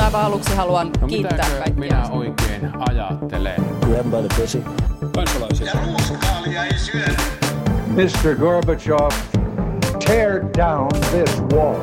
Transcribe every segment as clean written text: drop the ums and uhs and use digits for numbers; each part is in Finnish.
aivan aluksi haluan kiittää kaikkia. Minä oikein ajattelen? Grab by the pussy. Kansalaisia. Ja ruuskaalia ei syödä. Mr. Gorbachev, tear down this wall.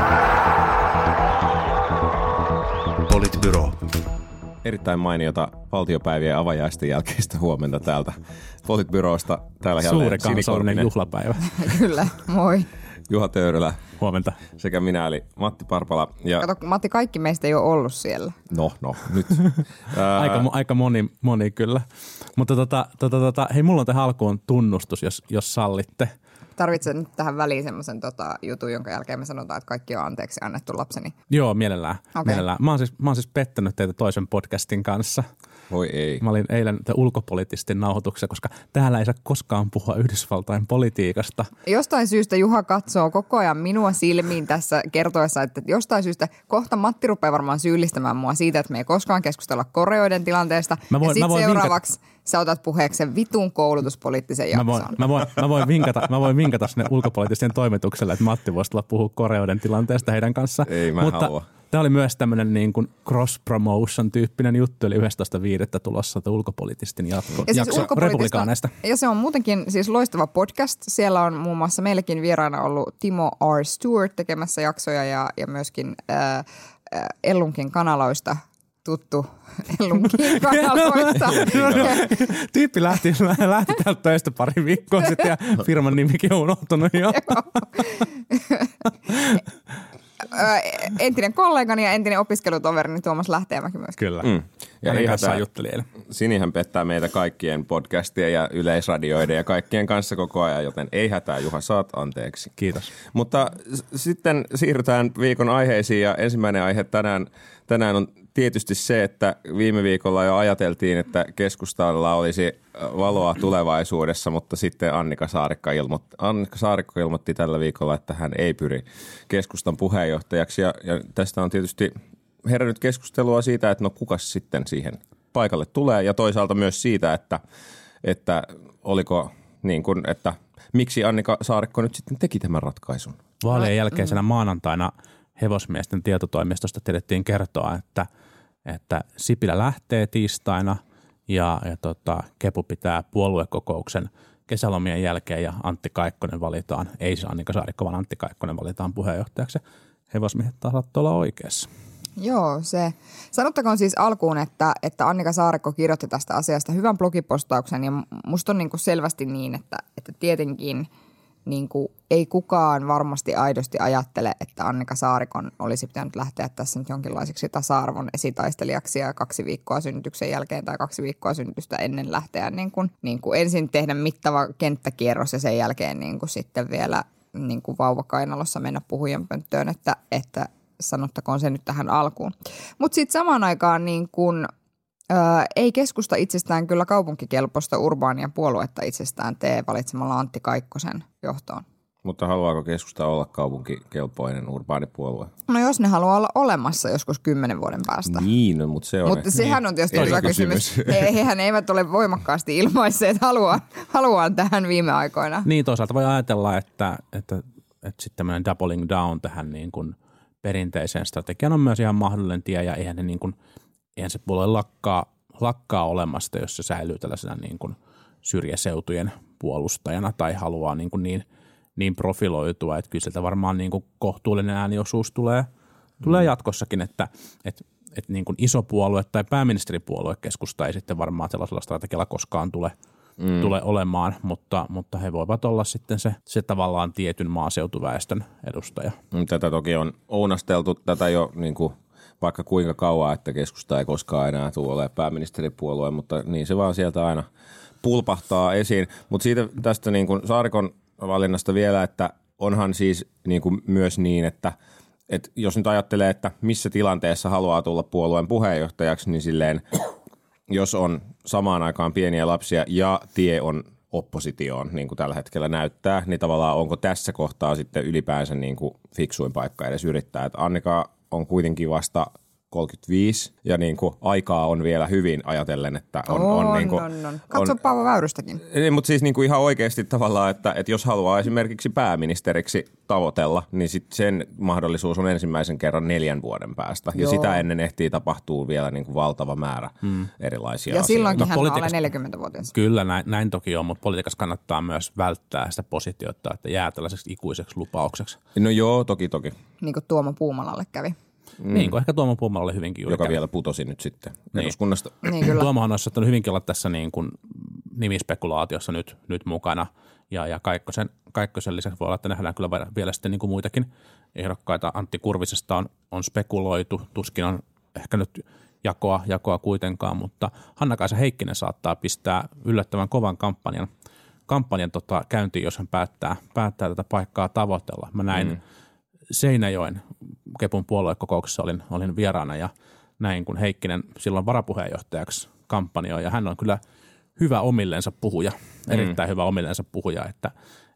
Politbyro. Erittäin mainiota valtiopäivien avajaisten jälkeistä huomenta täältä Politbyrosta. Täällä suuri kansallinen juhlapäivä. Kyllä, moi. Juha Töyrylä. Huomenta. Sekä minä eli Matti Parpala. Ja... Kato, Matti, kaikki meistä ei ole ollut siellä. No, nyt. Aika moni kyllä. Mutta hei, mulla on tähän alkuun tunnustus, jos sallitte. Tarvitsen nyt tähän väliin semmoisen jutun, jonka jälkeen me sanotaan, että kaikki on anteeksi annettu lapseni. Joo, mielellään. Okay. Mielellään. Mä oon siis pettänyt teitä toisen podcastin kanssa. Voi ei. Mä olin eilen ulkopoliittisten nauhoituksessa, koska täällä ei saa koskaan puhua Yhdysvaltain politiikasta. Jostain syystä Juha katsoo koko ajan minua silmiin tässä kertoessa, että jostain syystä kohta Matti rupeaa varmaan syyllistämään mua siitä, että me ei koskaan keskustella Koreoiden tilanteesta. Ja sitten seuraavaksi sä otat puheeksi sen vitun koulutuspoliittisen jakson. Mä voin vinkata sinne ulkopoliittisen toimitukselle, että Matti voisi tulla puhua Koreoiden tilanteesta heidän kanssa. Ei mä halua. Tämä oli myös tämmöinen niin kuin cross-promotion-tyyppinen juttu, eli 11.5. tulossa ulkopoliittisten jakso republikaaneista. Ja se on muutenkin siis loistava podcast. Siellä on muun muassa meillekin vieraana ollut Timo R. Stewart tekemässä jaksoja ja myöskin Ellunkin kanaloista tuttu Ellunkin kanaloista. Tyyppi lähti täältä töistä pari viikkoa sitten ja firman nimikin on unohtunut jo. Entinen kollegani ja entinen opiskelutoverini Tuomas Lähteenmäki myös. Kyllä. Ja hänen kanssaan jutteli eilen. Sinihän pettää meitä kaikkien podcastien ja yleisradioiden ja kaikkien kanssa koko ajan, joten ei hätää, Juha, saat anteeksi. Kiitos. Mutta sitten siirrytään viikon aiheisiin ja ensimmäinen aihe tänään on tietysti se, että viime viikolla jo ajateltiin, että keskustalla olisi valoa tulevaisuudessa, mutta sitten Annika Saarikko ilmoitti tällä viikolla, että hän ei pyri keskustan puheenjohtajaksi. Ja tästä on tietysti herännyt keskustelua siitä, että no kukas sitten siihen paikalle tulee ja toisaalta myös siitä, että oliko niin kuin, että miksi Annika Saarikko nyt sitten teki tämän ratkaisun. Vaalien jälkeisenä maanantaina hevosmiesten tietotoimistosta tiedettiin kertoa, että Sipilä lähtee tiistaina ja Kepu pitää puoluekokouksen kesälomien jälkeen ja Antti Kaikkonen valitaan, ei se Annika Saarikko, vaan Antti Kaikkonen valitaan puheenjohtajaksi. Hevosmiehet taas olla oikeassa. Joo, se. Sanottakoon siis alkuun, että Annika Saarikko kirjoitti tästä asiasta hyvän blogipostauksen ja musta on niin kuin selvästi niin, että tietenkin niin kuin ei kukaan varmasti aidosti ajattele, että Annika Saarikon olisi pitänyt lähteä tässä nyt jonkinlaiseksi tasa-arvon esitaistelijaksi ja 2 viikkoa synnytyksen jälkeen tai 2 viikkoa synnytystä ennen lähteä niin kuin ensin tehdä mittava kenttäkierros ja sen jälkeen niin kuin sitten vielä niin kuin vauvakainalossa mennä puhujanpönttöön, että sanottakoon se nyt tähän alkuun. Mutta sitten samaan aikaan niin kuin ei keskusta itsestään kyllä kaupunkikelpoista urbaania puoluetta itsestään tee valitsemalla Antti Kaikkosen johtoon. Mutta haluaako keskusta olla kaupunkikelpoinen urbaanipuolue? No jos ne haluaa olla olemassa joskus 10 vuoden päästä. Niin, mutta se on. Mutta sehän on tietysti hyvä kysymys. Hehän eivät ole voimakkaasti ilmaisseet haluaan tähän viime aikoina. Niin, toisaalta voi ajatella, että sitten tämmöinen doubling down tähän niin kuin perinteiseen strategiaan on myös ihan mahdollinen tie ja eihän se puolue lakkaa olemasta, jos se säilyy tällaisena niin kuin syrjäseutujen puolustajana tai haluaa niin profiloitua, että kyllä sieltä varmaan niin kuin kohtuullinen ääniosuus tulee jatkossakin, että niin kuin iso puolue tai pääministeripuolue keskusta ei sitten varmaan sellaisella strategialla koskaan tule olemaan, mutta he voivat olla sitten se tavallaan tietyn maaseutuväestön edustaja. Tätä toki on ounasteltu tätä jo niin kuin vaikka kuinka kauan, että keskusta ei koskaan enää tule olemaan pääministeripuolue, mutta niin se vaan sieltä aina pulpahtaa esiin. Mutta siitä tästä niin kuin Saarikon valinnasta vielä, että onhan siis niin kuin myös niin, että jos nyt ajattelee, että missä tilanteessa haluaa tulla puolueen puheenjohtajaksi, niin silleen, jos on samaan aikaan pieniä lapsia ja tie on oppositioon, niin kuin tällä hetkellä näyttää, niin tavallaan onko tässä kohtaa sitten ylipäänsä niin kuin fiksuin paikka edes yrittää. Että Annika on kuitenkin vasta 35 ja niin kuin aikaa on vielä hyvin ajatellen, että on niin kuin, Katso Paavo Väyrystäkin. Mutta siis niin kuin ihan oikeasti tavallaan, että jos haluaa esimerkiksi pääministeriksi tavoitella, niin sit sen mahdollisuus on ensimmäisen kerran 4 vuoden päästä. Ja sitä ennen ehtii tapahtuu vielä niin kuin valtava määrä erilaisia asioita. Ja silloinkin hän on alle 40-vuotias. Kyllä, näin toki on, mutta politiikassa kannattaa myös välttää sitä positiota, että jää tällaiseksi ikuiseksi lupaukseksi. No joo, toki. Niin kuin Tuomo Puumalalle kävi. Niin kuin ehkä Tuomo Puumalalle hyvinkin juuri Joka kävi. vielä putosi nyt sitten eduskunnasta. Niin kyllä. Tuomohan olisi saattanut hyvinkin olla tässä niin kuin nimispekulaatiossa nyt mukana. Ja Kaikkosen lisäksi voi olla, että nähdään kyllä vielä sitten niin kuin muitakin ehdokkaita. Antti Kurvisesta on spekuloitu, tuskin on ehkä nyt jakoa kuitenkaan, mutta Hanna-Kaisa Heikkinen saattaa pistää yllättävän kovan kampanjan käyntiin, jos hän päättää tätä paikkaa tavoitella. Mä näin Seinäjoen Kepun puoluekokouksessa olin vieraana ja näin, kun Heikkinen silloin varapuheenjohtajaksi kampanjoi ja hän on kyllä hyvä omillensa puhuja, erittäin hyvä omillensa puhuja, että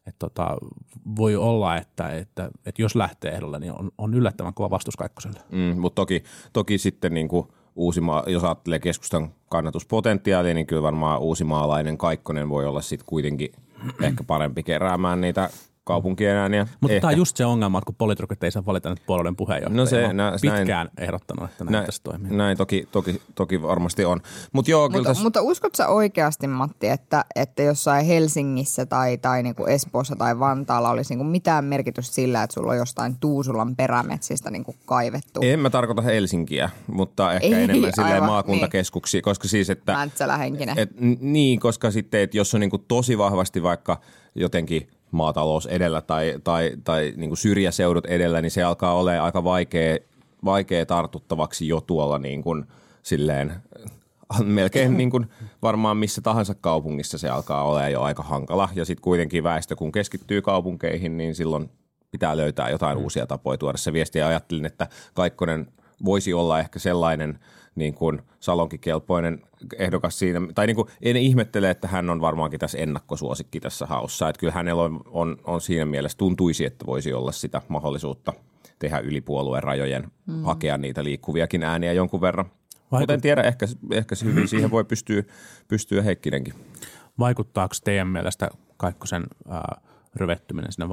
voi olla, että jos lähtee ehdolle, niin on yllättävän kova vastus Kaikkoselle. Mutta toki sitten niin kuin Uusimaa, jos ajattelee keskustan kannatuspotentiaalia, niin kyllä varmaan uusimaalainen Kaikkonen voi olla sitten kuitenkin ehkä parempi keräämään niitä kaupunkien ääniä. Mutta tämä on just se ongelma, että kun poliitikot ei saa valita nyt puolueiden puheenjohtajia. No pitkään ehdottanut, että näin tässä toimii. Näin toki varmasti on. Mutta uskotko sä oikeasti, Matti, että jossain Helsingissä tai niinku Espoossa tai Vantaalla olisi niinku mitään merkitystä sillä, että sulla on jostain Tuusulan perämetsistä niinku kaivettu? En mä tarkoita Helsinkiä, mutta ehkä enemmän silleen maakuntakeskuksia, koska siis, että Mäntsälähenkinen. Niin, koska sitten, että jos on niinku tosi vahvasti vaikka jotenkin maatalous edellä tai niin kuin syrjäseudut edellä, niin se alkaa olemaan aika vaikea tartuttavaksi jo tuolla niin kuin silleen melkein niin kuin varmaan missä tahansa kaupungissa se alkaa olemaan jo aika hankala. Ja sitten kuitenkin väestö, kun keskittyy kaupunkeihin, niin silloin pitää löytää jotain uusia tapoja tuoda se viesti. Ja ajattelin, että Kaikkonen voisi olla ehkä sellainen niin kuin salonkikelpoinen ehdokas siinä, tai niin kuin en ihmettele, että hän on varmaankin tässä ennakkosuosikki tässä haussa, että kyllä hänellä on siinä mielessä, tuntuisi, että voisi olla sitä mahdollisuutta tehdä yli puolueen rajojen, hakea niitä liikkuviakin ääniä jonkun verran. Mutta en tiedä, ehkä hyvin siihen voi pystyä Heikkinenkin. Vaikuttaako teidän mielestä Kaikkosen ryvettyminen siinä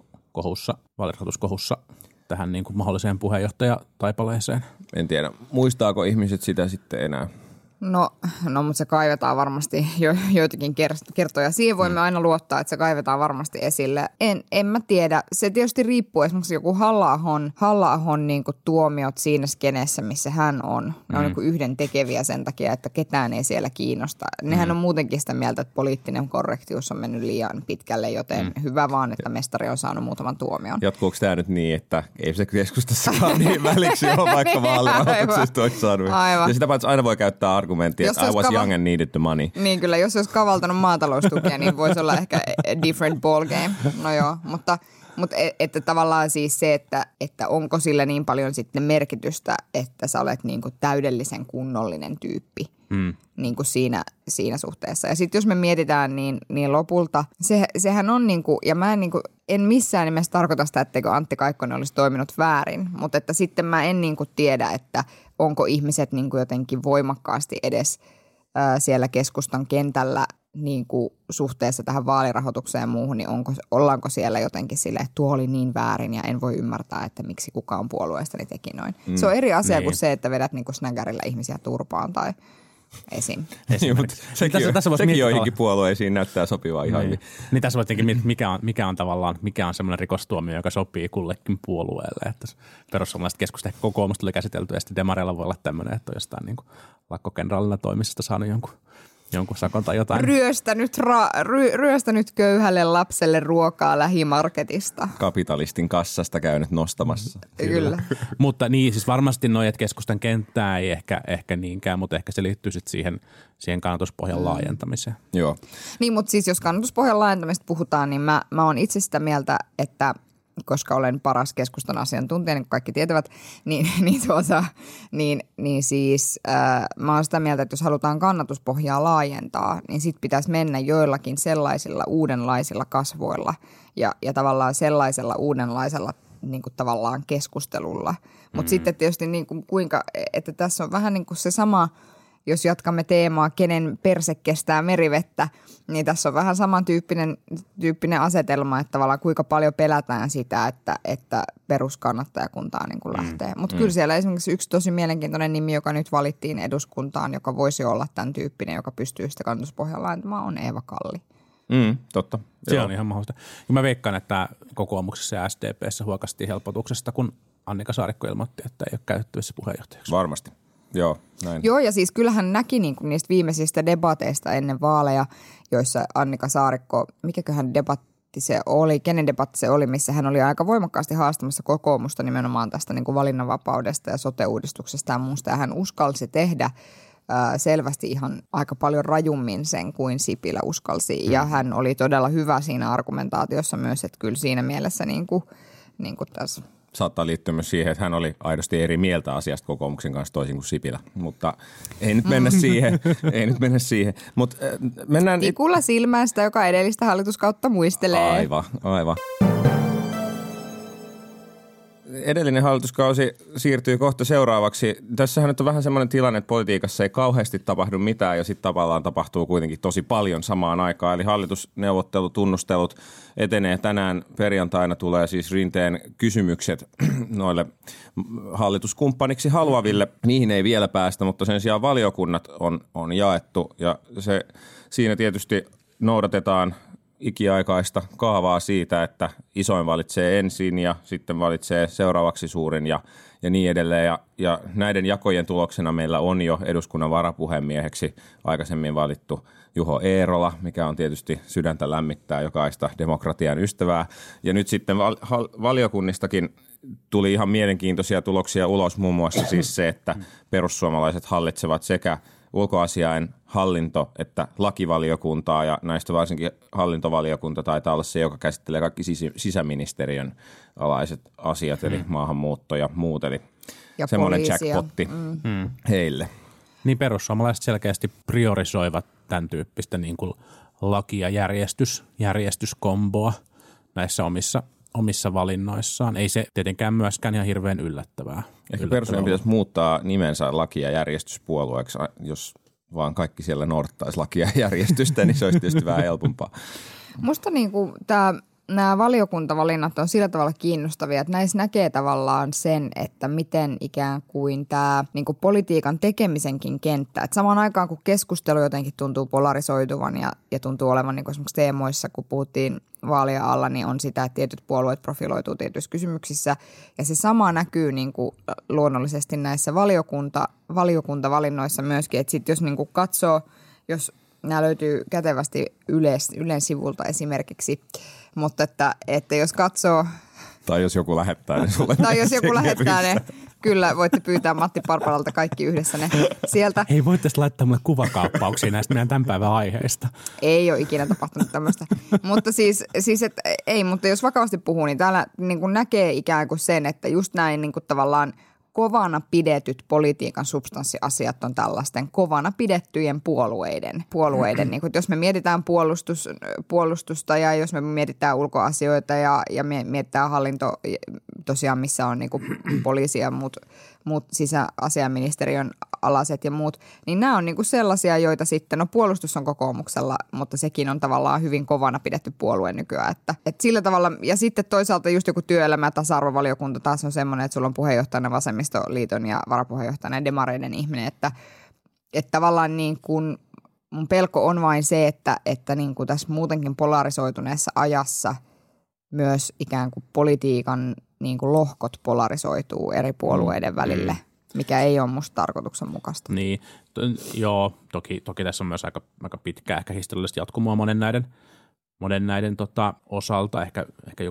vaalirahoituskohussa tähän niin kuin mahdolliseen puheenjohtajataipaleeseen? En tiedä. Muistaako ihmiset sitä sitten enää? No, mutta se kaivetaan varmasti joitakin kertoja. Siihen voimme aina luottaa, että se kaivetaan varmasti esille. En mä tiedä. Se tietysti riippuu esimerkiksi joku Halla-ahon niin kuin tuomiot siinä skeneessä, missä hän on. Ne on niin kuin yhden tekeviä sen takia, että ketään ei siellä kiinnosta. Nehän on muutenkin sitä mieltä, että poliittinen korrektius on mennyt liian pitkälle, joten hyvä vaan, että mestari on saanut muutaman tuomion. Jatkuuko tämä nyt niin, että ei se keskustassakaan niin väliksi ole, vaikka vaalirahoituksesta olisi saanut? Aivan. Ja sitä paitsi aina voi käyttää argumenttia, että I was young and needed the money. Niin kyllä, jos olisi kavaltanut maataloustukia, niin voisi olla ehkä a different ball game. No joo, mutta että tavallaan siis se, että onko sillä niin paljon sitten merkitystä, että sä olet niin kuin täydellisen kunnollinen tyyppi niin kuin siinä suhteessa. Ja sitten jos me mietitään, niin lopulta sehän on niin kuin, ja mä en missään nimessä tarkoita sitä, etteikö Antti Kaikkonen olisi toiminut väärin, mutta että sitten mä en niin kuin tiedä, että onko ihmiset niin kuin jotenkin voimakkaasti edes siellä keskustan kentällä niin kuin suhteessa tähän vaalirahoitukseen ja muuhun, niin ollaanko siellä jotenkin silleen, että tuo oli niin väärin ja en voi ymmärtää, että miksi kukaan puolueestani teki noin. Se on eri asia kuin se, että vedät niin kuin snägärillä ihmisiä turpaan tai esim. Sekin joihinkin puolueisiin näyttää sopivaa ihan hyvin. Niin tässä voit mikä on tavallaan, mikä on semmoinen rikostuomio, joka sopii kullekin puolueelle. Että perussuomalaiset keskusta ehkä kokoomusta tuli käsitelty ja sitten demareilla voi olla tämmöinen, että on jostain niin lakkokenraalina toimisesta saanut jonkun sakon tai jotain. Ryöstänyt köyhälle lapselle ruokaa lähimarketista. Kapitalistin kassasta käynyt nostamassa. Kyllä. Mutta niin, siis varmasti että keskustan kenttää ei ehkä niinkään, mutta ehkä se liittyy sitten siihen kannatuspohjan laajentamiseen. Joo. Niin, mutta siis jos kannatuspohjan laajentamista puhutaan, niin mä oon itse sitä mieltä, että koska olen paras keskustan asiantuntija, niin kuin kaikki tietävät, niin siis mä oon sitä mieltä, että jos halutaan kannatuspohjaa laajentaa, niin sit pitäisi mennä joillakin sellaisilla uudenlaisilla kasvoilla ja tavallaan sellaisella uudenlaisella niin kuin tavallaan keskustelulla. Mutta sitten tietysti niin kuin kuinka, että tässä on vähän niin kuin se sama, jos jatkamme teemaa, kenen perse kestää merivettä, niin tässä on vähän samantyyppinen asetelma, että tavallaan kuinka paljon pelätään sitä, että peruskannattajakuntaa niin kuin lähtee. Mutta kyllä siellä esimerkiksi yksi tosi mielenkiintoinen nimi, joka nyt valittiin eduskuntaan, joka voisi olla tämän tyyppinen, joka pystyy sitä kannatuspohjaa laajentamaan, on Eeva Kalli. Totta. Se on ihan mahdollista. Ja mä veikkaan, että kokoomuksessa ja SDP:ssä huokastiin helpotuksesta, kun Annika Saarikko ilmoitti, että ei ole käytettävissä puheenjohtajaksi. Varmasti. Joo, näin. Joo, ja siis kyllähän näki niin kuin niistä viimeisistä debateista ennen vaaleja, joissa Annika Saarikko, mikäköhän debatti se oli, kenen debatti se oli, missä hän oli aika voimakkaasti haastamassa kokoomusta nimenomaan tästä niin kuin valinnanvapaudesta ja sote-uudistuksesta ja muusta, ja hän uskalsi tehdä selvästi ihan aika paljon rajummin sen kuin Sipilä uskalsi, ja hän oli todella hyvä siinä argumentaatiossa myös, että kyllä siinä mielessä niin kuin tässä saattaa liittyä myös siihen, että hän oli aidosti eri mieltä asiasta kokoomuksen kanssa toisin kuin Sipilä, mutta ei nyt mennä siihen. Mutta mennään tikulla silmään sitä, joka edellistä hallituskautta muistelee. Aivan. Edellinen hallituskausi siirtyy kohta seuraavaksi. Tässähän nyt on vähän semmoinen tilanne, että politiikassa ei kauheasti tapahdu mitään ja sitten tavallaan tapahtuu kuitenkin tosi paljon samaan aikaan. Eli hallitusneuvottelutunnustelut etenee tänään. Perjantaina tulee siis Rinteen kysymykset noille hallituskumppaniksi haluaville. Niihin ei vielä päästä, mutta sen sijaan valiokunnat on jaettu ja siinä tietysti noudatetaan ikiaikaista kaavaa siitä, että isoin valitsee ensin ja sitten valitsee seuraavaksi suurin ja niin edelleen. Ja näiden jakojen tuloksena meillä on jo eduskunnan varapuhemieheksi aikaisemmin valittu Juho Eerola, mikä on tietysti sydäntä lämmittää jokaista demokratian ystävää. Ja nyt sitten valiokunnistakin tuli ihan mielenkiintoisia tuloksia ulos, muun muassa siis se, että perussuomalaiset hallitsevat sekä ulkoasiain hallinto- että lakivaliokuntaa, ja näistä varsinkin hallintovaliokunta taitaa olla se, joka käsittelee kaikki sisäministeriön alaiset asiat, eli maahanmuutto ja muut, eli ja semmoinen jackpotti heille. Niin perussuomalaiset selkeästi priorisoivat tämän tyyppistä niin kuin laki- ja järjestyskomboa näissä omissa valinnoissaan. Ei se tietenkään myöskään ihan hirveän yllättävää. Ehkä perussuomalainen pitäisi muuttaa nimensä laki- ja järjestyspuolueeksi, jos vaan kaikki siellä noudattaisi lakia ja järjestystä, niin se olisi tietysti vähän helpompaa. Musta niinku nämä valiokuntavalinnat on sillä tavalla kiinnostavia, että näissä näkee tavallaan sen, että miten ikään kuin tämä niinku politiikan tekemisenkin kenttä. Että samaan aikaan, kun keskustelu jotenkin tuntuu polarisoituvan ja tuntuu olevan niinku esimerkiksi teemoissa, kun puhuttiin vaalien alla, niin on sitä, että tietyt puolueet profiloituu tietyissä kysymyksissä. Ja se sama näkyy niinku luonnollisesti näissä valiokuntavalinnoissa myöskin. Että sitten jos niinku katsoo, jos nämä löytyy kätevästi Ylen sivulta esimerkiksi, mutta että jos katsoo... Tai jos joku lähettää ne sulle. Tai jos joku lähettää ne. Kyllä, voitte pyytää Matti Parpalalta kaikki yhdessä ne sieltä. Hei, voitte laittaa mulle kuvakaappauksia näistä meidän tämän päivän aiheista. Ei ole ikinä tapahtunut tämmöistä. Mutta siis että ei, mutta jos vakavasti puhuu, niin täällä niin kuin näkee ikään kuin sen, että just näin niin kuin tavallaan kovana pidetyt politiikan substanssiasiat on tällaisten kovana pidettyjen puolueiden. Niin kuin, jos me mietitään puolustusta ja jos me mietitään ulkoasioita ja me mietitään hallinto tosiaan, missä on niin kuin poliisi ja muut sisäasiaministeriön alaset ja muut, niin nämä on niin kuin sellaisia, joita sitten, no puolustus on kokoomuksella, mutta sekin on tavallaan hyvin kovana pidetty puolue nykyään. Että sillä tavalla, ja sitten toisaalta just joku työelämä- ja tasa-arvovaliokunta taas on semmoinen, että sulla on puheenjohtajana Vasemmistoliiton ja varapuheenjohtajana demareiden ihminen, että tavallaan niin kuin mun pelko on vain se, että niin kuin tässä muutenkin polarisoituneessa ajassa myös ikään kuin politiikan niin kuin lohkot polarisoituu eri puolueiden välille, mikä ei ole musta tarkoituksenmukaista. Niin, joo, toki tässä on myös aika pitkä ehkä historiallisesti jatkumoa monen näiden osalta. Ehkä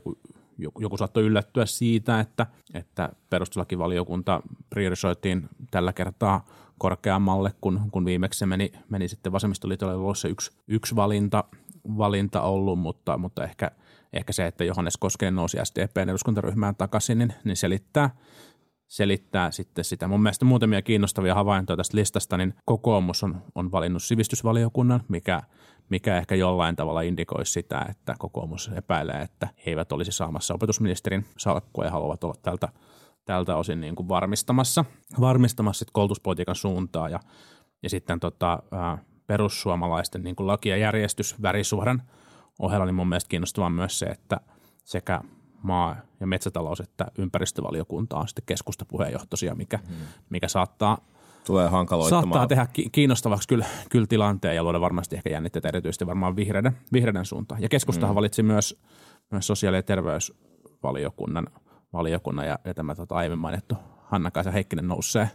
joku saattoi yllättyä siitä, että perustuslakivaliokunta priorisoitiin tällä kertaa korkeammalle, kun viimeksi se meni sitten vasemmistoliitolle, ollut se yksi valinta ollut, mutta ehkä se, että Johannes Koskinen nousi SDP:n eduskuntaryhmään takaisin, niin selittää sitten sitä. Mun mielestä muutamia kiinnostavia havaintoja tästä listasta, niin kokoomus on valinnut sivistysvaliokunnan, mikä ehkä jollain tavalla indikoisi sitä, että kokoomus epäilee, että he eivät olisi saamassa opetusministerin salkkua ja haluavat olla tältä osin niin kuin varmistamassa koulutuspolitiikan suuntaa ja sitten perussuomalaisten niin kuin laki- ja järjestys värisuoran ohella, niin mun mielestä kiinnostavaa myös se, että sekä maa- ja metsätalous- että ympäristövaliokunta on sitten keskustapuheenjohtoisia, mikä saattaa tehdä kiinnostavaksi kyllä tilanteen ja luoda varmasti ehkä jännitteitä erityisesti varmaan vihreiden suuntaan. Ja keskustahan valitsi myös sosiaali- ja terveysvaliokunnan ja tämä aiemmin mainittu Hanna-Kaisa Heikkinen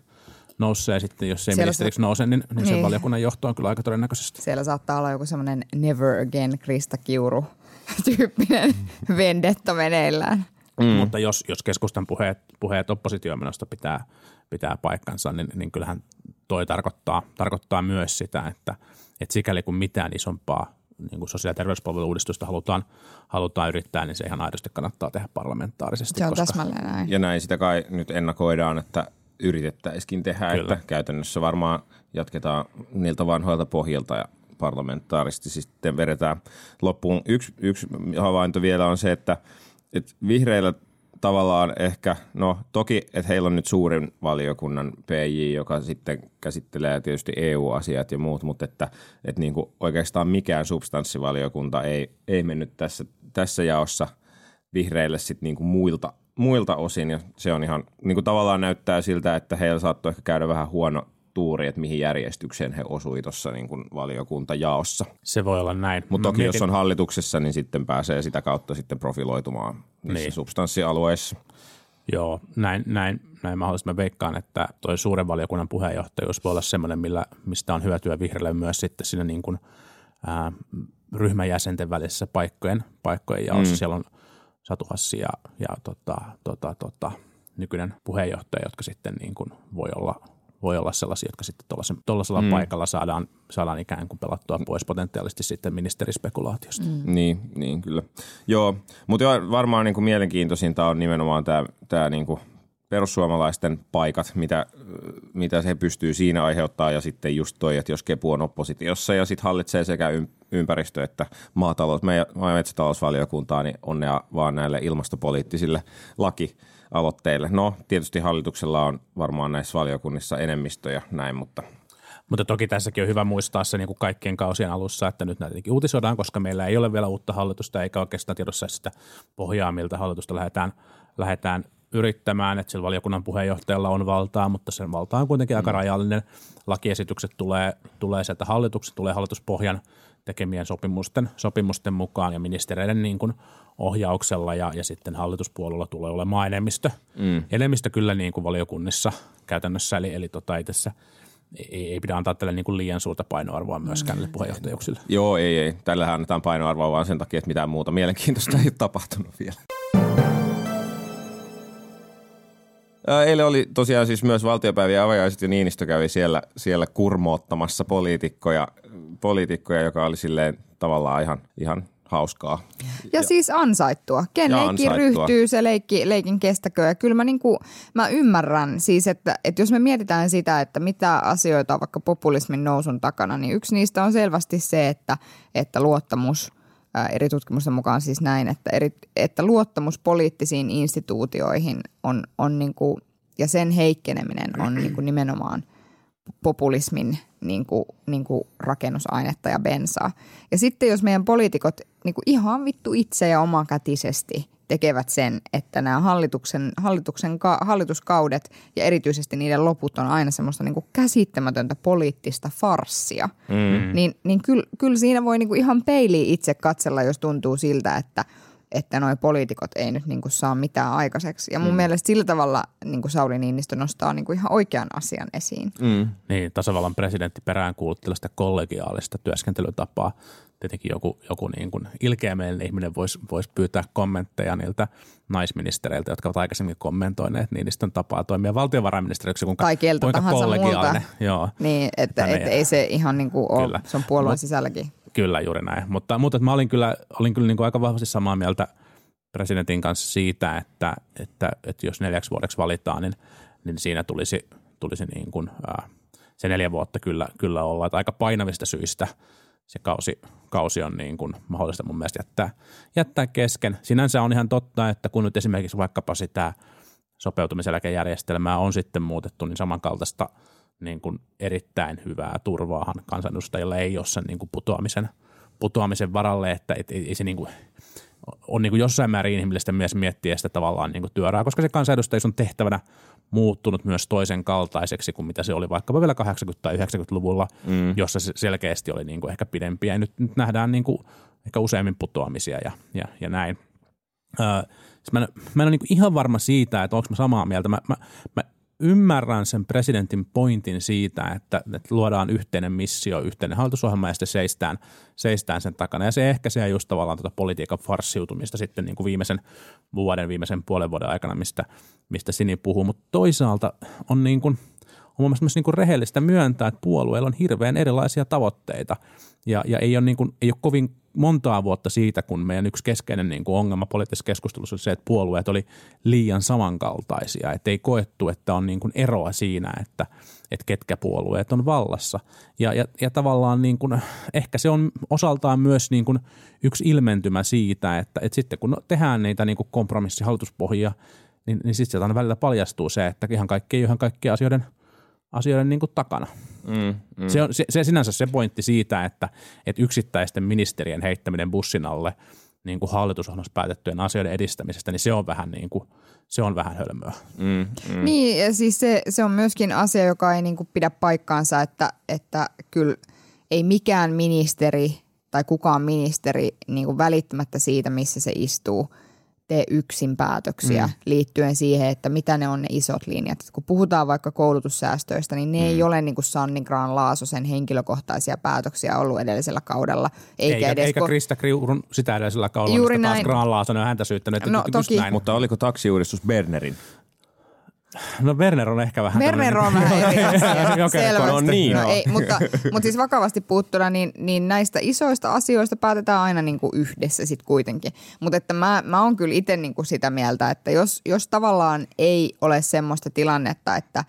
nousee sitten, jos ei ministeriksi nouse, niin sen valiokunnan johtoon kyllä aika todennäköisesti. Siellä saattaa olla joku semmoinen never again Krista Kiuru tyyppinen vendetta meneillään. Mutta jos keskustan puheet oppositiomenosta pitää paikkansa, niin kyllähän toi tarkoittaa myös sitä, että sikäli kun mitään isompaa niin kuin sosiaali- ja terveyspalvelu-uudistusta halutaan yrittää, niin se ihan aidosti kannattaa tehdä parlamentaarisesti. Se on täsmälleen näin. Ja näin sitä kai nyt ennakoidaan, että yritettäisikin tehdä, kyllä. Että käytännössä varmaan jatketaan niiltä vanhoilta pohjilta ja parlamentaarisesti sitten vedetään loppuun. Yksi havainto vielä on se, että vihreillä tavallaan ehkä, no toki, että heillä on nyt suurin valiokunnan PJ, joka sitten käsittelee tietysti EU-asiat ja muut, mutta että niin kuin oikeastaan mikään substanssivaliokunta ei mennyt tässä jaossa vihreille sitten niin kuin muilta osin, ja se on ihan niin kuin tavallaan näyttää siltä, että heillä saattoi ehkä käydä vähän huono tuuri, että mihin järjestykseen he osui tuossa niin kuin valiokuntajaossa. Se voi olla näin. Mutta toki jos on hallituksessa, niin sitten pääsee sitä kautta sitten profiloitumaan niissä substanssialueissa. Joo, näin mahdollisesti mä veikkaan, että toi suuren valiokunnan puheenjohtajuus voi olla semmoinen, mistä on hyötyä vihreille myös sitten siinä niin kuin, ryhmäjäsenten välisessä paikkojen jaossa. Siellä on Satu Hassi ja nykyinen puheenjohtaja, jotka sitten niin kuin voi olla sellaisia, jotka sitten tuollaisella paikalla saadaan ikään kuin pelattua pois potentiaalisesti sitten ministerispekulaatiosta. Niin kyllä. Joo, mutta varmaan niin kuin mielenkiintoisinta on nimenomaan tämä niin kuin perussuomalaisten paikat, mitä se pystyy siinä aiheuttaa, ja sitten just toi, että jos Kepu on oppositiossa ja sitten hallitsee sekä ympäristö- että maa- ja metsätalousvaliokuntaa, niin onnea vaan näille ilmastopoliittisille lakialoitteille. No, tietysti hallituksella on varmaan näissä valiokunnissa enemmistö ja näin, mutta toki tässäkin on hyvä muistaa se niin kuin kaikkien kausien alussa, että nyt näitä uutisoidaan, koska meillä ei ole vielä uutta hallitusta eikä oikeastaan tiedossa sitä pohjaa, miltä hallitusta lähdetään yrittämään, että sillä valiokunnan puheenjohtajalla on valtaa, mutta sen valta on kuitenkin aika rajallinen. Lakiesitykset tulee sieltä hallituksen, tulee hallituspohjan tekemien sopimusten mukaan ja ministereiden niin kuin ohjauksella ja sitten hallituspuolella tulee olemaan enemmistö. Enemmistö kyllä niin kuin valiokunnissa käytännössä, eli ei tässä ei pidä antaa tälle niin kuin liian suurta painoarvoa myöskään näille puheenjohtajuuksille. Joo, ei. Tällähän annetaan painoarvoa vaan sen takia, että mitään muuta mielenkiintoista ei ole tapahtunut vielä. Eilen oli tosiaan siis myös valtiopäivien avajaiset ja Niinistö kävi siellä kurmoottamassa poliitikkoja, joka oli silleen tavallaan ihan hauskaa. Ja siis ansaittua. Ken leikki ryhtyy, se leikin kestäkö. Ja kyllä mä ymmärrän siis, että jos me mietitään sitä, että mitä asioita on vaikka populismin nousun takana, niin yksi niistä on selvästi se, että luottamus, eri tutkimusten mukaan siis näin, että luottamus poliittisiin instituutioihin on niin kuin, ja sen heikkeneminen on niin kuin nimenomaan populismin niin kuin rakennusainetta ja bensaa. Ja sitten jos meidän poliitikot niin kuin ihan vittu itse ja omakätisesti tekevät sen, että nämä hallituskaudet ja erityisesti niiden loput on aina semmoista niin kuin käsittämätöntä poliittista farssia, niin kyllä siinä voi niin kuin ihan peiliin itse katsella, jos tuntuu siltä, että noi poliitikot ei nyt niin kuin saa mitään aikaiseksi. Ja mun mielestä sillä tavalla niin kuin Sauli Niinistö nostaa niin kuin ihan oikean asian esiin. Niin, tasavallan presidentti peräänkuulutti sitä kollegiaalista työskentelytapaa. Tietenkin joku niin kuin ilkeämielinen ihminen voisi pyytää kommentteja niiltä naisministereiltä, jotka ovat aikaisemmin kommentoineet Niinistön tapaa toimia valtiovarainministeriöksi, kuinka kollegiaalinen. Joo. Niin, että ei se ihan niin kuin ole, se on puolueen sisälläkin. Kyllä, juuri näin. Mutta mä olin kyllä niin kuin aika vahvasti samaa mieltä presidentin kanssa siitä, että jos 4 vuodeksi valitaan, niin siinä tulisi niin kuin, se 4 vuotta kyllä olla, että aika painavista syistä se kausi on niin kuin mahdollista mun mielestä jättää kesken. Sinänsä on ihan totta, että kun nyt esimerkiksi vaikkapa sitä sopeutumiseläkejärjestelmää on sitten muutettu, niin samankaltaista niin kuin erittäin hyvää turvaahan kansanedustajilla ei ole sen niin kuin putoamisen varalle, että ei se niin kuin on niin kuin jossain määrin inhimillistä myös miettiä sitä tavallaan niin kuin työrää, koska se kansanedustajuus on tehtävänä muuttunut myös toisen kaltaiseksi kuin mitä se oli vaikkapa vielä 80- tai 90-luvulla, jossa se selkeästi oli niin kuin ehkä pidempiä. Ja nyt nähdään niin kuin ehkä useammin putoamisia ja näin. Mä en ole niin kuin ihan varma siitä, että onko mä samaa mieltä. Mä ymmärrän sen presidentin pointin siitä, että luodaan yhteinen missio, yhteinen hallitusohjelma ja sitten seistään sen takana. Ja se ehkäisee just tavallaan tuota politiikan farssiutumista sitten niin kuin viimeisen puolen vuoden aikana, mistä Sini puhuu. Mutta toisaalta on niin kuin, on mun mielestä myös niin kuin rehellistä myöntää, että puolueilla on hirveän erilaisia tavoitteita. Ja ei ole kovin montaa vuotta siitä, kun meidän yksi keskeinen niin kuin ongelma poliittisessa keskustelussa oli se, että puolueet oli liian samankaltaisia. Että ei koettu, että on niin kuin eroa siinä, että ketkä puolueet on vallassa. Ja tavallaan niin kuin, ehkä se on osaltaan myös niin kuin yksi ilmentymä siitä, että sitten kun tehdään niitä niin kuin kompromissihallituspohjia, niin sitten sieltä aina välillä paljastuu se, että ihan kaikkien asioiden niin kuin takana. Se sinänsä se pointti siitä, että yksittäisten ministerien heittäminen bussin alle niin kuin hallitusohjelmassa päätettyjen asioiden edistämisestä, niin se on vähän hölmöä. Niin, ja siis se on myöskin asia, joka ei niin kuin pidä paikkaansa, että kyllä ei mikään ministeri tai kukaan ministeri niin kuin välittämättä siitä, missä se istuu, tee yksin päätöksiä liittyen siihen, että mitä ne on ne isot linjat. Kun puhutaan vaikka koulutussäästöistä, niin ne ei ole niin kuin Sanni Grahn-Laasosen henkilökohtaisia päätöksiä ollut edellisellä kaudella. Eikä Krista Kiurun sitä edellisellä kaudella, juuri mistä näin. Taas Grahn-Laasonen on häntä syyttänyt. No, toki. Näin. Mutta oliko taksiuudistus Bernerin? No Werner on ehkä vähän Werner on vähän eri asia, selvästi. No niin. No, ei, mutta siis vakavasti puuttuna, niin näistä isoista asioista päätetään aina niin kuin yhdessä sitten kuitenkin. Mutta että mä oon kyllä itse niin kuin sitä mieltä, että jos tavallaan ei ole semmoista tilannetta, että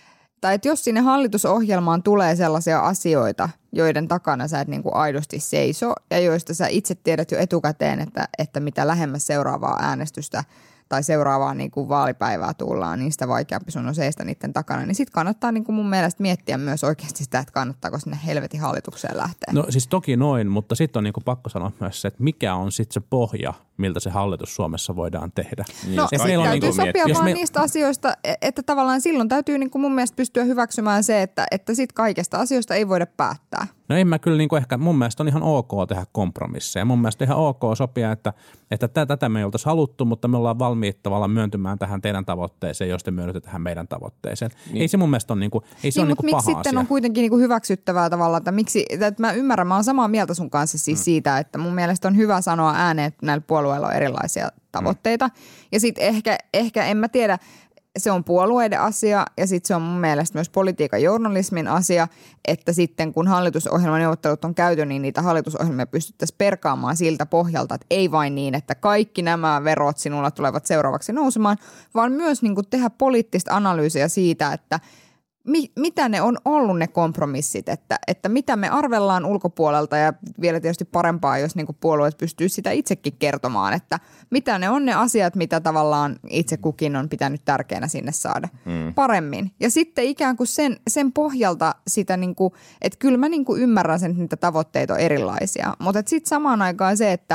jos sinne hallitusohjelmaan tulee sellaisia asioita, joiden takana sä et niin kuin aidosti seiso ja joista sä itse tiedät jo etukäteen, että mitä lähemmäs seuraavaa äänestystä tai seuraavaan niin kuin vaalipäivää tullaan, niin sitä vaikeampi sun on seistä niiden takana. Niin sitten kannattaa niin kuin mun mielestä miettiä myös oikeasti sitä, että kannattaako sinne helvetin hallitukseen lähteä. No siis toki noin, mutta sitten on niin kuin pakko sanoa myös se, että mikä on sitten se pohja, miltä se hallitus Suomessa voidaan tehdä. No täytyy niin sopia vaan niistä asioista, että tavallaan silloin täytyy niin kuin mun mielestä pystyä hyväksymään se, että sitten kaikesta asioista ei voida päättää. No en mä kyllä niin kuin ehkä, mun mielestä on ihan ok tehdä kompromisseja. Mun mielestä ihan ok sopia, että tätä me ei oltaisi haluttu, mutta me ollaan valmiit tavallaan myöntymään tähän teidän tavoitteeseen, jos te myönnytte tähän meidän tavoitteeseen. Ei se mun mielestä ole, niin kuin, ei se ole niin kuin paha asia. Miksi sitten on kuitenkin niin kuin hyväksyttävää tavalla, että miksi, että mä ymmärrän, mä oon samaa mieltä sun kanssa siis siitä, että mun mielestä on hyvä sanoa ääneen, että näillä puolueilla on erilaisia tavoitteita. Ja sitten ehkä en mä tiedä, se on puolueiden asia ja sitten se on mun mielestä myös politiikan journalismin asia, että sitten kun hallitusohjelmaneuvottelut on käyty, niin niitä hallitusohjelmia pystyttäisiin perkaamaan siltä pohjalta, että ei vain niin, että kaikki nämä verot sinulla tulevat seuraavaksi nousemaan, vaan myös niin kuin tehdä poliittista analyysiä siitä, että mitä ne on ollut ne kompromissit, että mitä me arvellaan ulkopuolelta ja vielä tietysti parempaa, jos niinku puolueet pystyy sitä itsekin kertomaan, että mitä ne on ne asiat, mitä tavallaan itse kukin on pitänyt tärkeänä sinne saada paremmin. Ja sitten ikään kuin sen pohjalta sitä, niinku, että kyllä mä niinku ymmärrän sen, että niitä tavoitteita on erilaisia, mutta sitten samaan aikaan se, että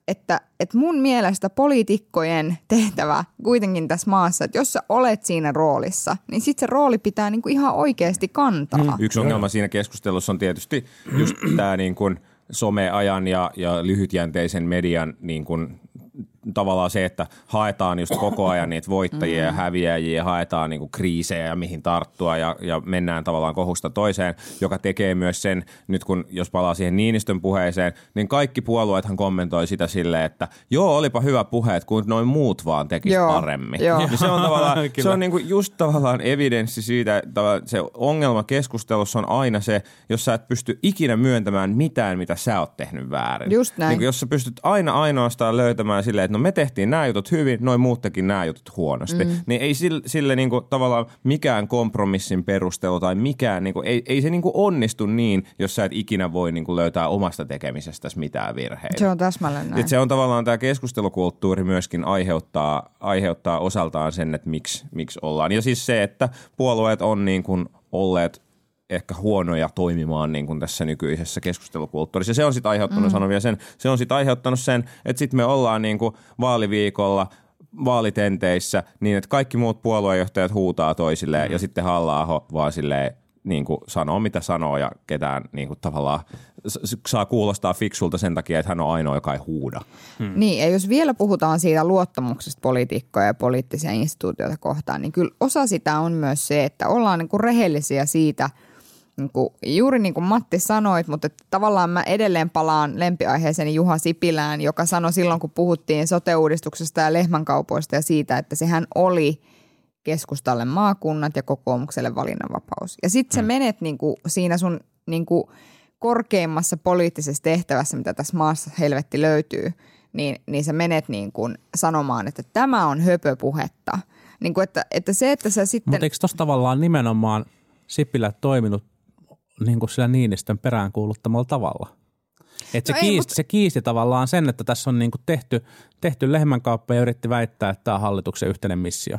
mun mielestä poliitikkojen tehtävä kuitenkin tässä maassa, että jos sä olet siinä roolissa, niin sitten se rooli pitää niinku ihan oikeasti kantaa. Yksi ongelma siinä keskustelussa on tietysti just tämä niin kuin someajan ja lyhytjänteisen median niin kuin tavallaan se, että haetaan just koko ajan niitä voittajia ja häviäjiä ja haetaan niinku kriisejä ja mihin tarttua ja mennään tavallaan kohusta toiseen, joka tekee myös sen, nyt kun jos palaa siihen Niinistön puheeseen, niin kaikki puolueethan kommentoi sitä silleen, että joo, olipa hyvä puhe, että kun noin muut vaan tekisi paremmin. Niin se on tavallaan, se on niinku just tavallaan evidenssi siitä, että se ongelma keskustelussa on aina se, jos sä et pysty ikinä myöntämään mitään, mitä sä oot tehnyt väärin. Just näin. Niin jos sä pystyt aina ainoastaan löytämään silleen, että no me tehtiin nämä jutut hyvin, noin muut teki nämä jutut huonosti. Niin ei sille niinku tavallaan mikään kompromissin perustelu tai mikään, niinku, ei se niinku onnistu niin, jos sä et ikinä voi niinku löytää omasta tekemisestäsi mitään virheitä. Se on täsmälleen näin. Et se on tavallaan tämä keskustelukulttuuri myöskin aiheuttaa osaltaan sen, että miksi ollaan. Ja siis se, että puolueet on niin kuin olleet ehkä huonoja toimimaan niin kuin tässä nykyisessä keskustelukulttuurissa. Se on sitten aiheuttanut, sanon vielä sen, se on sitten aiheuttanut sen, että sitten me ollaan niin kuin vaaliviikolla, vaalitenteissä, niin että kaikki muut puoluejohtajat huutaa toisilleen ja sitten Halla-aho vaan silleen niin kuin sanoo mitä sanoo ja ketään niin kuin tavallaan saa kuulostaa fiksulta sen takia, että hän on ainoa, joka ei huuda. Niin, ja jos vielä puhutaan siitä luottamuksesta poliitikkoja ja poliittisia instituutioita kohtaan, niin kyllä osa sitä on myös se, että ollaan niin kuin rehellisiä siitä, niin kuin, juuri niin kuin Matti sanoit, mutta tavallaan mä edelleen palaan lempiaiheeseen Juha Sipilään, joka sanoi silloin, kun puhuttiin sote-uudistuksesta ja lehmänkaupoista ja siitä, että sehän oli keskustalle maakunnat ja kokoomukselle valinnanvapaus. Ja sitten sä menet niin kuin siinä sun niin kuin korkeimmassa poliittisessa tehtävässä, mitä tässä maassa helvetti löytyy, niin sä menet niin kuin sanomaan, että tämä on höpöpuhetta. Niin kuin että se, että sä sitten... Mutta eikö tuossa tavallaan nimenomaan Sipilä toiminut niin kuin sillä Niinistön peräänkuuluttamalla tavalla? Että se kiisti tavallaan sen, että tässä on niin kuin tehty lehmänkauppa ja yritti väittää, että tämä on hallituksen yhteinen missio.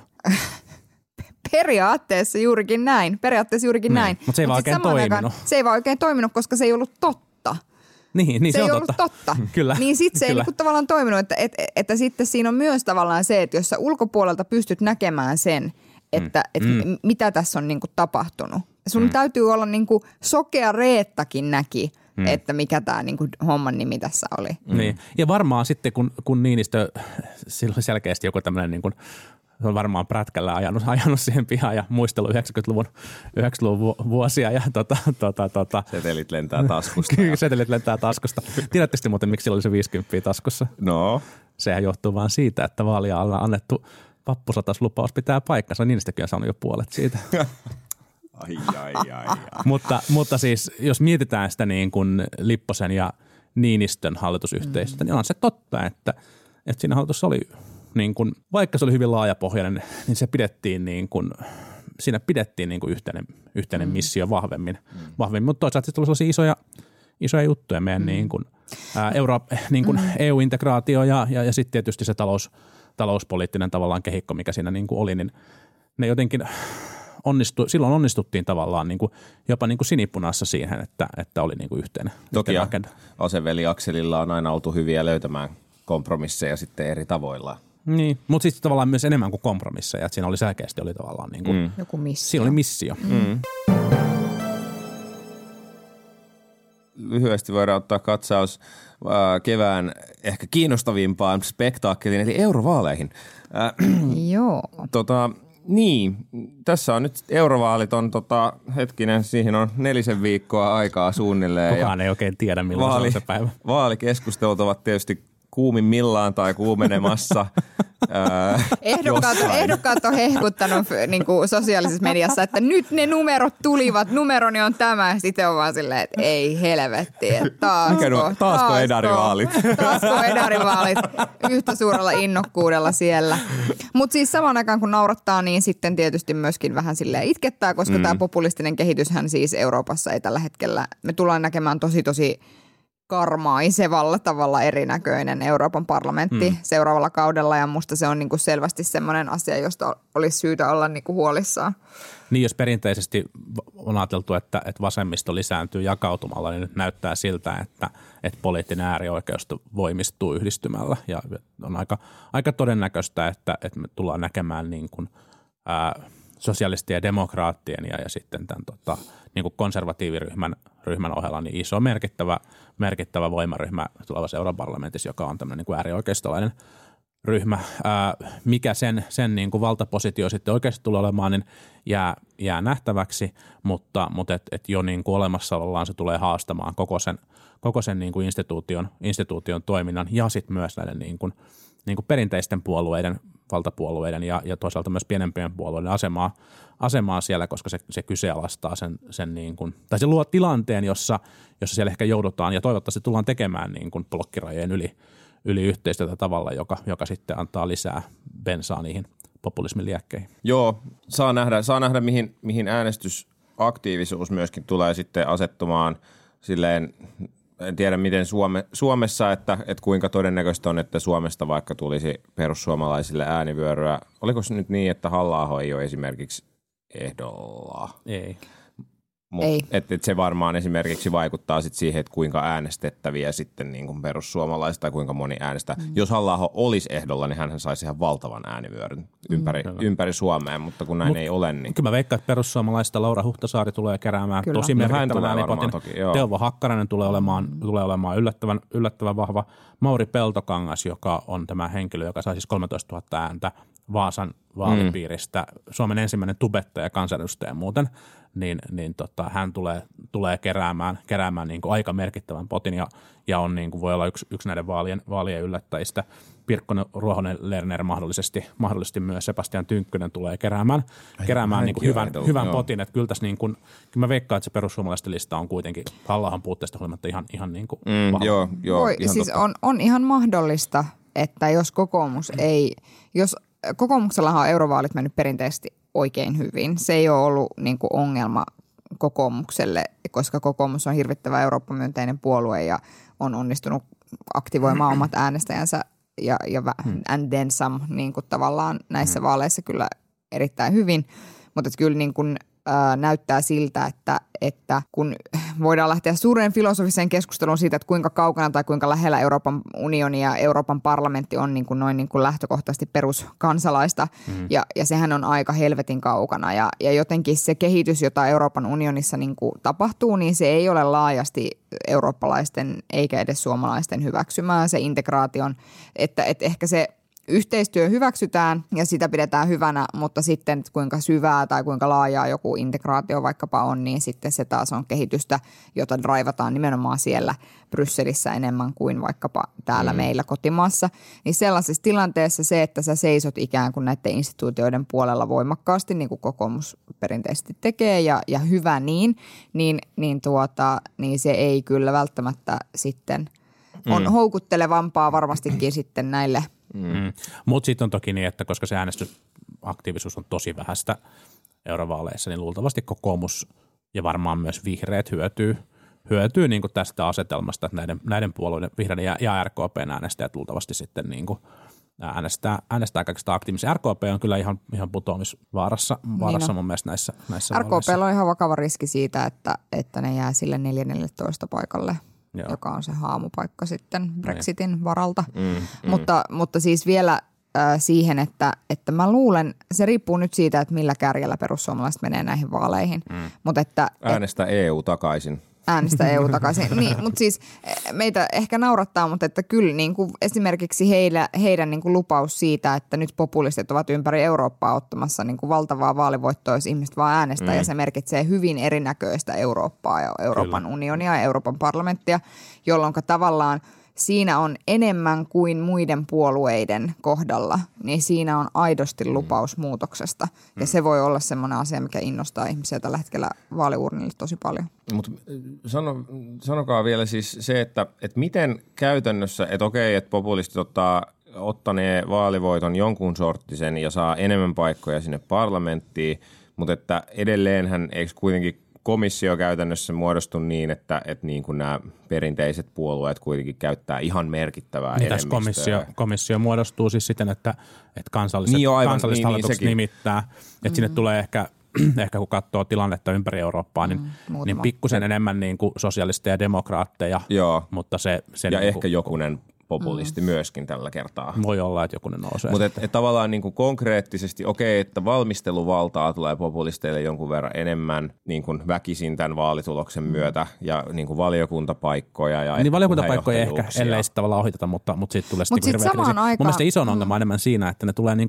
Periaatteessa juurikin näin. Näin. Mutta se ei vaan oikein toiminut. Se ei vaan oikein toiminut, koska se ei ollut totta. Niin se ei on ollut totta. Kyllä. Niin sitten se ei niinku tavallaan toiminut, että sitten siinä on myös tavallaan se, että jos sä ulkopuolelta pystyt näkemään sen, että mitä tässä on niinku tapahtunut. Sun täytyy olla niinku sokea Reettakin näki, että mikä tämä niinku homman nimi tässä oli. Niin. Ja varmaan sitten, kun Niinistö, silloin selkeästi joku tämmöinen niin kuin, se on varmaan prätkällä ajanut siihen pihaan ja muistellut 90-luvun vuosia. Ja Setelit lentää taskusta. Setelit lentää taskusta. Tiedätte sitten muuten, miksi sillä oli se 50 taskussa? No. Sehän johtuu vaan siitä, että vaalia alla annettu vappusataslupaus pitää paikkansa. Niinistäkin on saanut jo puolet siitä. Ai. Mutta siis, jos mietitään sitä niin kuin Lipposen ja Niinistön hallitusyhteistyötä, niin on se totta, että siinä hallitus oli niin kuin, vaikka se oli hyvin laajapohjainen, niin se pidettiin niin kuin, siinä pidettiin niin kuin yhteinen missio vahvemmin. Mutta toisaalta sitten tuli sellaisia isoja juttuja meidän niin kuin, EU-integraatio ja sitten tietysti se talouspoliittinen tavallaan kehikko, mikä siinä niin kuin oli, niin ne jotenkin silloin onnistuttiin tavallaan niin kuin, jopa niin kuin sinipunassa siihen, että oli niin kuin yhteinen agenda. Aseveli Akselilla on aina oltu hyviä löytämään kompromisseja sitten eri tavoilla. Niin, mutta sitten tavallaan myös enemmän kuin kompromisseja, että siinä oli selkeästi tavallaan niin kuin, joku missio. Siinä oli missio. Lyhyesti voidaan ottaa katsaus kevään ehkä kiinnostavimpaan spektaakkeliin, eli eurovaaleihin. Joo. Niin, tässä on nyt eurovaalit on siihen on 4 viikkoa aikaa suunnilleen. Kukaan ei oikein tiedä, milloin se on se päivä. Vaalikeskustelut ovat tietysti kuumimmillaan tai kuumenemassa. Ehdokkaat on hehkuttanut niin kuin sosiaalisessa mediassa, että nyt ne numerot tulivat, numeroni on tämä. Ja sitten on vaan silleen, että ei helvetti, taasko edarivaalit. Taasko edarivaalit yhtä suurella innokkuudella siellä. Mutta siis samaan aikaan kun naurattaa, niin sitten tietysti myöskin vähän silleen itkettää, koska tämä populistinen kehityshän siis Euroopassa ei tällä hetkellä, me tullaan näkemään tosi karmaisevalla tavalla erinäköinen Euroopan parlamentti seuraavalla kaudella ja musta se on niinku selvästi semmoinen asia, josta olisi syytä olla niinku huolissaan. Niin, jos perinteisesti on ajateltu, että vasemmisto lisääntyy jakautumalla, niin nyt näyttää siltä, että poliittinen äärioikeus voimistuu yhdistymällä ja on aika todennäköistä, että me tullaan näkemään niin kuin, sosialistien ja demokraattien ja sitten tämän niin kuin konservatiiviryhmän ohella niin iso merkittävä voimaryhmä tulevassa europarlamentissa, joka on tämmöinen niin kuin äärioikeistolainen ryhmä. Mikä sen niin kuin valtapositio sitten oikeasti tulee olemaan, niin jää nähtäväksi, mutta et jo niin kuin olemassaolollaan se tulee haastamaan koko sen niin kuin instituution toiminnan ja sitten myös näiden niin kuin perinteisten puolueiden, valtapuolueiden ja toisaalta myös pienempien puolueiden asemaa siellä, koska se kyseenalaistaa sen niin kuin, tai se luo tilanteen, jossa siellä ehkä joudutaan ja toivottavasti tullaan tekemään niin kuin blokkirajojen yli yhteistyötä tavalla, joka sitten antaa lisää bensaa niihin populismin liekkeihin. Joo, saa nähdä mihin äänestysaktiivisuus myöskin tulee sitten asettumaan silleen. En tiedä miten Suomessa, että kuinka todennäköistä on, että Suomesta vaikka tulisi perussuomalaisille äänivyöryä. Oliko se nyt niin, että Halla-aho ei ole esimerkiksi ehdolla? Ei. Ei. Että se varmaan esimerkiksi vaikuttaa sit siihen, että kuinka äänestettäviä sitten niin kuin perussuomalaiset tai kuinka moni äänestää. Jos Halla-aho olisi ehdolla, niin hän saisi ihan valtavan äänivyöryn ympäri Suomea, mutta kun näin ei ole. Niin. Kyllä mä veikkaan, että perussuomalaisista Laura Huhtasaari tulee keräämään tosi merkittävän äänipotin. Teuvo Hakkarainen tulee olemaan yllättävän vahva. Mauri Peltokangas, joka on tämä henkilö, joka sai siis 13 000 ääntä Vaasan vaalipiiristä, Suomen ensimmäinen tubettaja kansanedustaja muuten, niin hän tulee keräämään niin kuin aika merkittävän potin ja on niin kuin voi olla yksi näiden vaalien yllättäjistä. Pirkko Ruohonen-Lerner mahdollisesti myös Sebastian Tynkkynen tulee keräämään niin kuin hyvän potin. Että kyllä tässä niin kuin, kyllä mä veikkaan, että se perussuomalaisten lista on kuitenkin Halla-ahon puutteesta huolimatta ihan niin kuin vahva. Joo, ihan siis totta. on ihan mahdollista, että jos kokoomuksellahan on eurovaalit mennyt perinteisesti oikein hyvin. Se ei ole ollut niin kuin ongelma kokoomukselle, koska kokoomus on hirvittävä Eurooppa-myönteinen puolue ja on onnistunut aktivoimaan omat äänestäjänsä ja and then some niin kuin tavallaan näissä vaaleissa kyllä erittäin hyvin. Mutta kyllä niin kuin, näyttää siltä, että kun voidaan lähteä suureen filosofiseen keskusteluun siitä, että kuinka kaukana tai kuinka lähellä Euroopan unioni ja Euroopan parlamentti on niin kuin noin niin kuin lähtökohtaisesti peruskansalaista ja sehän on aika helvetin kaukana ja jotenkin se kehitys, jota Euroopan unionissa niin kuin tapahtuu, niin se ei ole laajasti eurooppalaisten eikä edes suomalaisten hyväksymää se integraation, että ehkä se yhteistyö hyväksytään ja sitä pidetään hyvänä, mutta sitten kuinka syvää tai kuinka laajaa joku integraatio vaikkapa on, niin sitten se taas on kehitystä, jota draivataan nimenomaan siellä Brysselissä enemmän kuin vaikkapa täällä meillä kotimaassa. Niin sellaisessa tilanteessa se, että sä seisot ikään kuin näiden instituutioiden puolella voimakkaasti, niin kuin kokoomus perinteisesti tekee ja hyvä niin se ei kyllä välttämättä sitten on houkuttelevampaa varmastikin sitten näille. Mutta sitten on toki niin, että koska se äänestysaktiivisuus on tosi vähäistä eurovaaleissa, niin luultavasti kokoomus ja varmaan myös vihreät hyötyy niin kuin tästä asetelmasta, että näiden puolueiden vihreiden ja RKPn äänestäjät luultavasti sitten niin kuin äänestää kaikista aktiivisia. RKP on kyllä ihan putoamisvaarassa mun mielestä näissä RKP:llä on ihan vakava riski siitä, että ne jää sille 4-14 paikalle. Joo. Joka on se haamupaikka sitten Brexitin varalta. Mutta siis vielä siihen, että mä luulen, se riippuu nyt siitä, että millä kärjellä perussuomalaiset menee näihin vaaleihin. Äänestä EU takaisin. Äänestä EU takaisin. Niin, mutta siis meitä ehkä naurattaa, mutta että kyllä niin kuin esimerkiksi heidän niin kuin lupaus siitä, että nyt populistit ovat ympäri Eurooppaa ottamassa niin kuin valtavaa vaalivoittoa, jos ihmiset vaan äänestää ja se merkitsee hyvin erinäköistä Eurooppaa ja Euroopan unionia ja Euroopan parlamenttia, jolloin tavallaan siinä on enemmän kuin muiden puolueiden kohdalla, niin siinä on aidosti lupaus muutoksesta. Ja se voi olla semmoinen asia, mikä innostaa ihmisiä tällä hetkellä vaaliurnille tosi paljon. Mutta sanokaa vielä siis se, että miten käytännössä, että okei, että populistit ottanee vaalivoiton jonkun sorttisen ja saa enemmän paikkoja sinne parlamenttiin, mutta että edelleenhän eikö kuitenkin komissio käytännössä muodostu niin, että niin kuin nämä perinteiset puolueet kuitenkin käyttää ihan merkittävää enemmistöä. Tässä komissio muodostuu siis siten, että kansalliset hallitukset nimittää, että sinne tulee ehkä kun katsoo tilannetta ympäri Eurooppaa, niin pikkusen enemmän niin kuin sosialisteja ja demokraatteja. Joo. Mutta se ja niin ehkä jokunen populisti myöskin tällä kertaa. Voi olla, että jokunen nousee. Mutta tavallaan niin kuin konkreettisesti, että valmisteluvaltaa tulee populisteille jonkun verran enemmän niin kuin väkisin tämän vaalituloksen myötä ja niin kuin valiokuntapaikkoja ja niin valiokuntapaikkoja ehkä, ellei sitten tavallaan ohiteta, mutta siitä tulee sitten hirveä kriisi. Mun mielestä iso ongelma enemmän siinä, että ne tulee,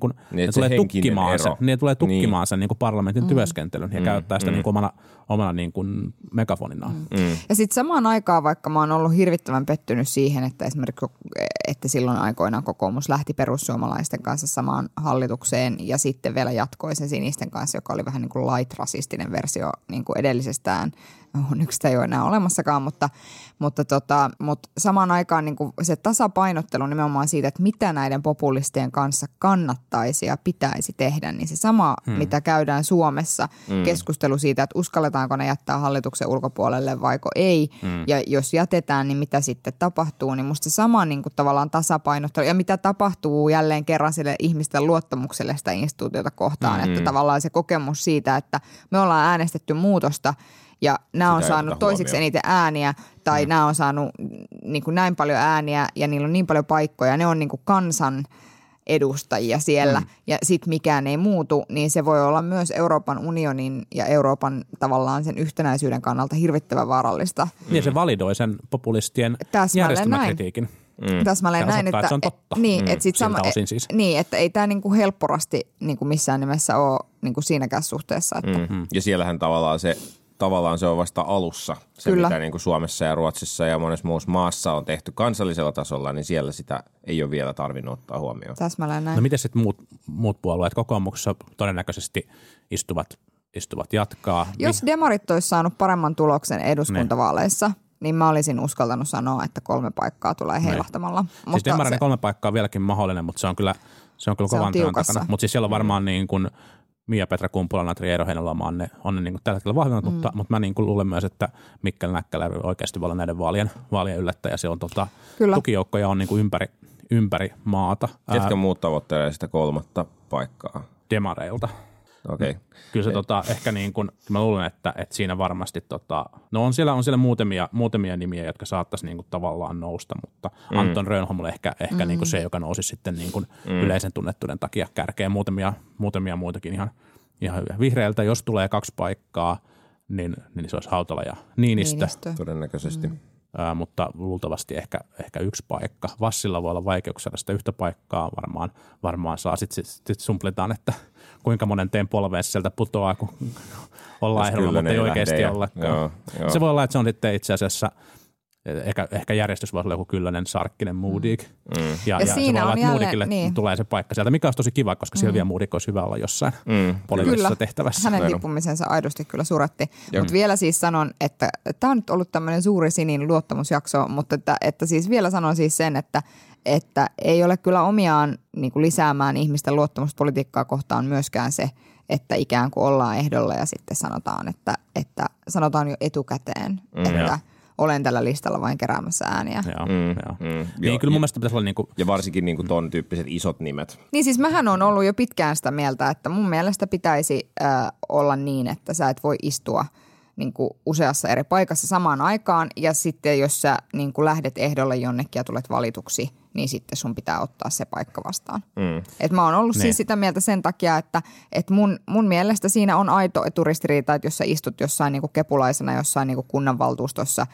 ne tulee tukkimaan sen niin kuin parlamentin työskentelyn ja käyttää sitä niin kuin omana niin kuin megafoninaan. Ja sitten samaan aikaan, vaikka mä oon ollut hirvittävän pettynyt siihen, että esimerkiksi että silloin aikoinaan kokoomus lähti perussuomalaisten kanssa samaan hallitukseen ja sitten vielä jatkoi sen sinisten kanssa, joka oli vähän niin kuin light-rasistinen versio niin kuin edellisestään onneksi sitä ei ole enää olemassakaan, mutta samaan aikaan niin kuin se tasapainottelu nimenomaan siitä, että mitä näiden populistien kanssa kannattaisi ja pitäisi tehdä, niin se sama, mitä käydään Suomessa, keskustelu siitä, että uskalletaanko ne jättää hallituksen ulkopuolelle vaiko ei, ja jos jätetään, niin mitä sitten tapahtuu, niin musta se sama niin kuin tavallaan tasapainottelu, ja mitä tapahtuu jälleen kerran sille ihmisten luottamukselle sitä instituutiota kohtaan, että tavallaan se kokemus siitä, että me ollaan äänestetty muutosta, ja nämä on saanut toisiksi eniten ääniä, tai nämä on saanut niin kuin näin paljon ääniä, ja niillä on niin paljon paikkoja, ne on niin kuin kansan edustajia siellä, ja sitten mikään ei muutu, niin se voi olla myös Euroopan unionin ja Euroopan tavallaan sen yhtenäisyyden kannalta hirvittävän vaarallista. Ja se validoi sen populistien järjestelmäkritiikin. Täsmälleen näin, että se on totta. Niin, että sit siltä osin siis. Niin, että ei tämä niinku helpporasti niinku missään nimessä ole niinku siinäkään suhteessa. Että. Ja siellähän tavallaan se on vasta alussa. Se, Kyllä. mitä niin kuin Suomessa ja Ruotsissa ja monessa muussa maassa on tehty kansallisella tasolla, niin siellä sitä ei ole vielä tarvinnut ottaa huomioon. Täsmälleen näin. No miten sitten muut puolueet kokoomuksessa todennäköisesti istuvat jatkaa? Jos demarit olisi saanut paremman tuloksen eduskuntavaaleissa, niin mä olisin uskaltanut sanoa, että 3 paikkaa tulee heilahtamalla. Siis demareiden 3 paikkaa on vieläkin mahdollinen, mutta se on kyllä kovan työn takana. Mutta siis siellä on varmaan niin kuin Mia-Petra Kumpula, Natri Eero Heinäluoma on ne niin kuin tällä hetkellä vahvimmat, mutta mä niin kuin luulen myös, että Mikkel Näkkälä oikeasti voi olla näiden vaalien yllättäjä. Se on tukijoukkoja on niin kuin ympäri maata. Ketkä muut tavoittelee sitä 3. paikkaa? Demareilta. Okei. Okay. Kyllä se ehkä niin kuin, mä luulen, että siinä varmasti no on siellä muutamia nimiä, jotka saattaisi niin kuin tavallaan nousta, mutta Anton Rönnholm on ehkä niin kuin se, joka nousi sitten niin kuin yleisen tunnettuuden takia kärkeen. Muutamia muitakin ihan hyviä. Vihreältä, jos tulee 2 paikkaa, niin se olisi Hautala ja Niinistö. Todennäköisesti. Mutta luultavasti ehkä 1 paikka. Vassilla voi olla vaikeuksia sitä 1 paikkaa. Varmaan saa sitten sumplitaan, että kuinka monen teen polveen sieltä putoaa, kun ollaan ehdolla, mutta ei oikeasti ollakaan. Joo. Se voi olla, että se on sitten itse asiassa, ehkä järjestys voisi olla joku Kyllönen, Sarkkinen, Modig. Ja se voi olla, että Modigille tulee se paikka sieltä, mikä olisi tosi kiva, koska Silvia Modig olisi hyvä olla jossain poliittisessa tehtävässä. Hänen tippumisensa aidosti kyllä suretti. Mutta vielä siis sanon, että tämä on nyt ollut tämmöinen suuri sinin luottamusjakso, mutta että siis vielä sanon siis sen, että ei ole kyllä omiaan niin kuin lisäämään ihmisten luottamuspolitiikkaa kohtaan myöskään se, että ikään kuin ollaan ehdolla ja sitten sanotaan, että sanotaan jo etukäteen, että olen tällä listalla vain keräämässä ääniä. Niin kyllä mun mielestä pitäisi olla niinku. Ja varsinkin niinku ton tyyppiset isot nimet. Niin siis mähän on ollut jo pitkään sitä mieltä, että mun mielestä pitäisi olla niin, että sä et voi istua niin kuin useassa eri paikassa samaan aikaan ja sitten jos sä niin kuin lähdet ehdolle jonnekin ja tulet valituksi, niin sitten sun pitää ottaa se paikka vastaan. Et mä oon ollut siis sitä mieltä sen takia, että mun mielestä siinä on aito eturistiriita, että jos sä istut jossain niin kuin kepulaisena jossain niin kuin kunnanvaltuustossa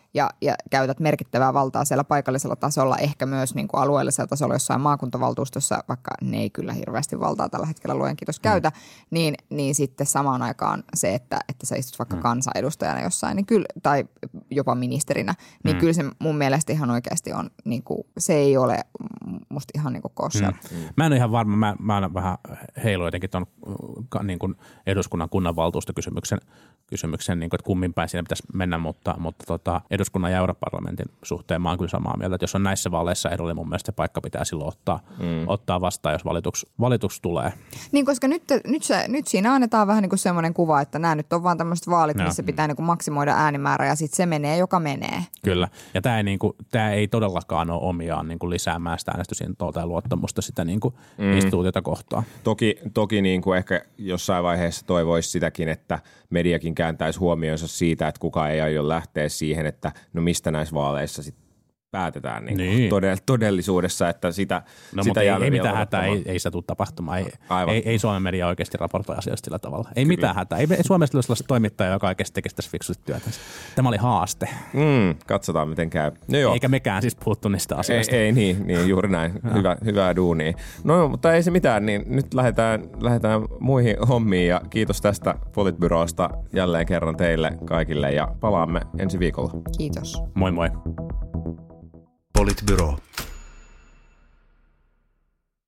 ja käytät merkittävää valtaa siellä paikallisella tasolla, ehkä myös niin kuin alueellisella tasolla jossain maakuntavaltuustossa, vaikka ne ei kyllä hirveästi valtaa tällä hetkellä luen kiitos käytä, niin sitten samaan aikaan se, että sä istut vaikka kansanedustajana jossain niin kyllä, tai jopa ministerinä, niin kyllä se mun mielestä ihan oikeasti on, niin kuin, se ei ole musta ihan niin kuin kosher. Mä en ole ihan varma, mä aina vähän heilu jotenkin tuon niin kuin eduskunnan kunnanvaltuustokysymyksen, niin kuin, että kummin päin siinä pitäisi mennä, mutta eduskunnan ja europarlamentin suhteen mä oon kyllä samaa mieltä, että jos on näissä vaaleissa ehdolla, niin mun mielestä se paikka pitää silloin ottaa vastaan, jos valituksi tulee. Niin, koska nyt siinä annetaan vähän niin kuin semmoinen kuva, että nämä nyt on vaan tämmöiset vaalit, missä pitää niin kuin maksimoida äänimäärä ja sitten se menee, joka menee. Kyllä, ja tämä ei todellakaan ole omiaan niin kuin lisäämään sitä äänestysintoa tai luottamusta sitä niin kuin instituutiota kohtaan. Toki niin kuin ehkä jossain vaiheessa toivoisi sitäkin, että mediakin kääntäisi huomionsa siitä, että kukaan ei aio lähteä siihen, että no mistä näissä vaaleissa sitten päätetään niin. Todellisuudessa, että sitä ei mitään hätää, ei sitä tule tapahtumaan. Ei Suomen media oikeasti raportoi asioista sillä tavalla. Ei mitään hätää. Ei Suomessa ole sellaista toimittajaa, joka oikeasti tekisi tässä fiksusti työtä. Tämä oli haaste. Katsotaan, miten käy. No eikä mekään siis puhuttu niistä asioista. Ei niin, juuri näin. Hyvää duunia. No, mutta ei se mitään, niin nyt lähdetään muihin hommiin ja kiitos tästä Politbyrosta jälleen kerran teille kaikille ja palaamme ensi viikolla. Kiitos. Moi moi. Politbyro.